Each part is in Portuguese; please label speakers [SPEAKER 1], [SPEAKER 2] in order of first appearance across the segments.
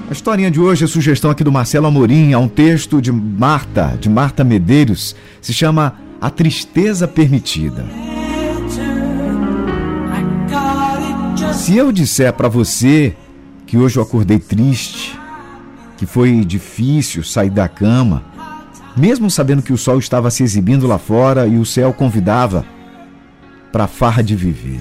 [SPEAKER 1] A historinha de hoje é sugestão aqui do Marcelo Amorim, é um texto de Marta Medeiros, se chama A Tristeza Permitida. Se eu disser para você que hoje eu acordei triste, que foi difícil sair da cama, mesmo sabendo que o sol estava se exibindo lá fora e o céu convidava para a farra de viver,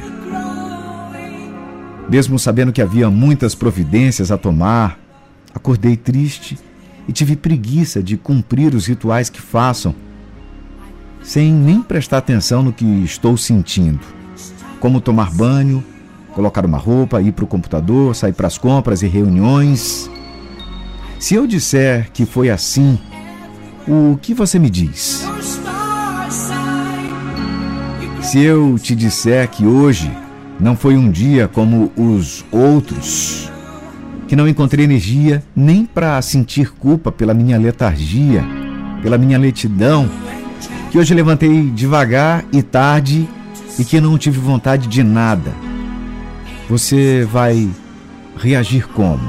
[SPEAKER 1] mesmo sabendo que havia muitas providências a tomar, acordei triste e tive preguiça de cumprir os rituais que façam, sem nem prestar atenção no que estou sentindo, como tomar banho, colocar uma roupa, ir para o computador, sair para as compras e reuniões. Se eu disser que foi assim, o que você me diz? Se eu te disser que hoje não foi um dia como os outros, que não encontrei energia nem para sentir culpa pela minha letargia, pela minha lentidão, que hoje levantei devagar e tarde e que não tive vontade de nada, você vai reagir como?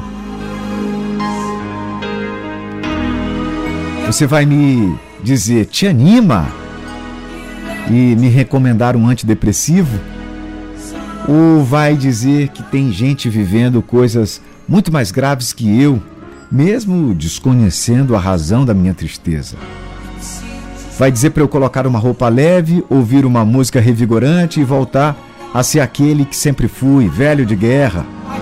[SPEAKER 1] Você vai me dizer, te anima? E me recomendar um antidepressivo? Ou vai dizer que tem gente vivendo coisas muito mais graves que eu, mesmo desconhecendo a razão da minha tristeza? Vai dizer para eu colocar uma roupa leve, ouvir uma música revigorante e voltar a ser aquele que sempre fui, velho de guerra?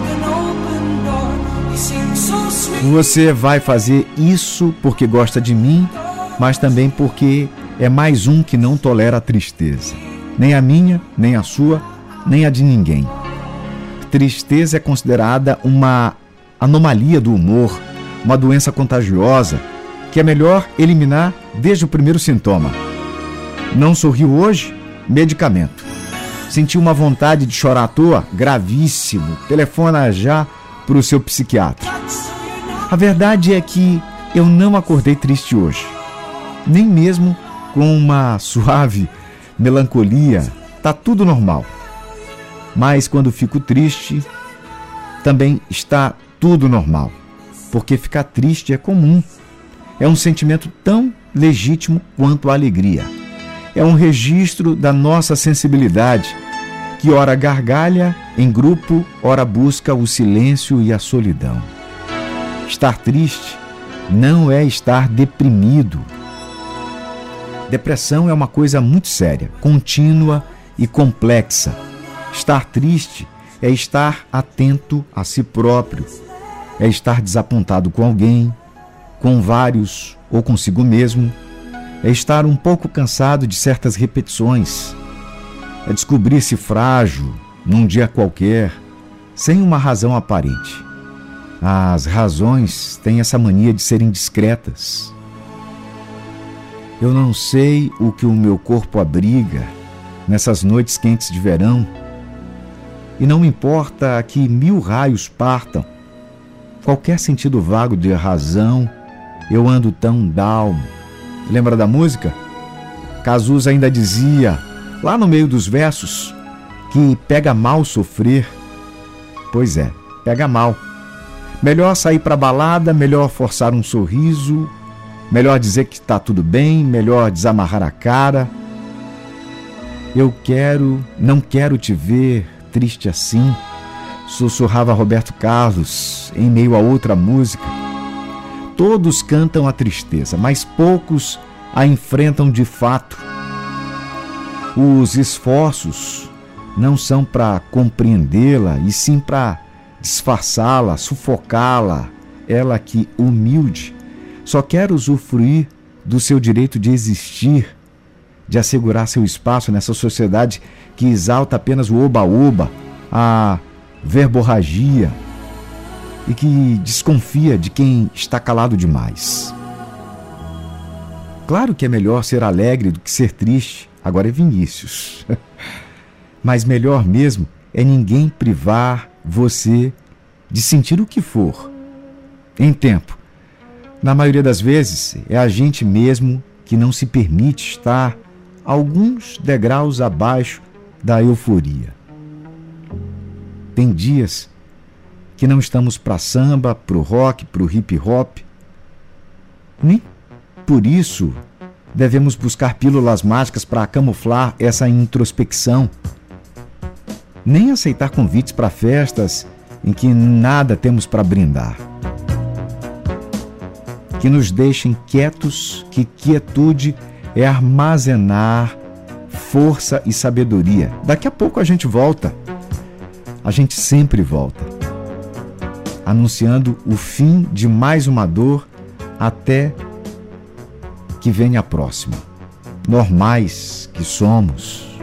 [SPEAKER 1] Você vai fazer isso porque gosta de mim, mas também porque é mais um que não tolera a tristeza. Nem a minha, nem a sua, nem a de ninguém. Tristeza é considerada uma anomalia do humor, uma doença contagiosa, que é melhor eliminar desde o primeiro sintoma. Não sorriu hoje? Medicamento. Sentiu uma vontade de chorar à toa? Gravíssimo. Telefona já para o seu psiquiatra. A verdade é que eu não acordei triste hoje, nem mesmo com uma suave melancolia. Tá tudo normal. Mas quando fico triste, também está tudo normal, porque ficar triste é comum. É um sentimento tão legítimo quanto a alegria. É um registro da nossa sensibilidade, que ora gargalha em grupo, ora busca o silêncio e a solidão. Estar triste não é estar deprimido. Depressão é uma coisa muito séria, contínua e complexa. Estar triste é estar atento a si próprio, é estar desapontado com alguém, com vários ou consigo mesmo, é estar um pouco cansado de certas repetições, é descobrir-se frágil num dia qualquer, sem uma razão aparente. As razões têm essa mania de serem discretas. Eu não sei o que o meu corpo abriga nessas noites quentes de verão, e não me importa que 1000 raios partam. Qualquer sentido vago de razão, eu ando tão down. Lembra da música? Cazuza ainda dizia, lá no meio dos versos, que pega mal sofrer. Pois é, pega mal. Melhor sair para balada, melhor forçar um sorriso, melhor dizer que está tudo bem, melhor desamarrar a cara. Não quero te ver triste assim, sussurrava Roberto Carlos em meio a outra música. Todos cantam a tristeza, mas poucos a enfrentam de fato. Os esforços não são para compreendê-la, e sim para disfarçá-la, sufocá-la. Ela que, humilde, só quer usufruir do seu direito de existir, de assegurar seu espaço nessa sociedade que exalta apenas o oba-oba, a verborragia, e que desconfia de quem está calado demais. Claro que é melhor ser alegre do que ser triste, agora é Vinícius. Mas melhor mesmo é ninguém privar você de sentir o que for, em tempo. Na maioria das vezes, é a gente mesmo que não se permite estar alguns degraus abaixo da euforia. Tem dias que não estamos para samba, para o rock, para o hip hop. Nem por isso devemos buscar pílulas mágicas para camuflar essa introspecção. Nem aceitar convites para festas em que nada temos para brindar. Que nos deixem quietos, que quietude é armazenar força e sabedoria. Daqui a pouco a gente volta. A gente sempre volta. Anunciando o fim de mais uma dor até que venha a próxima. Normais que somos.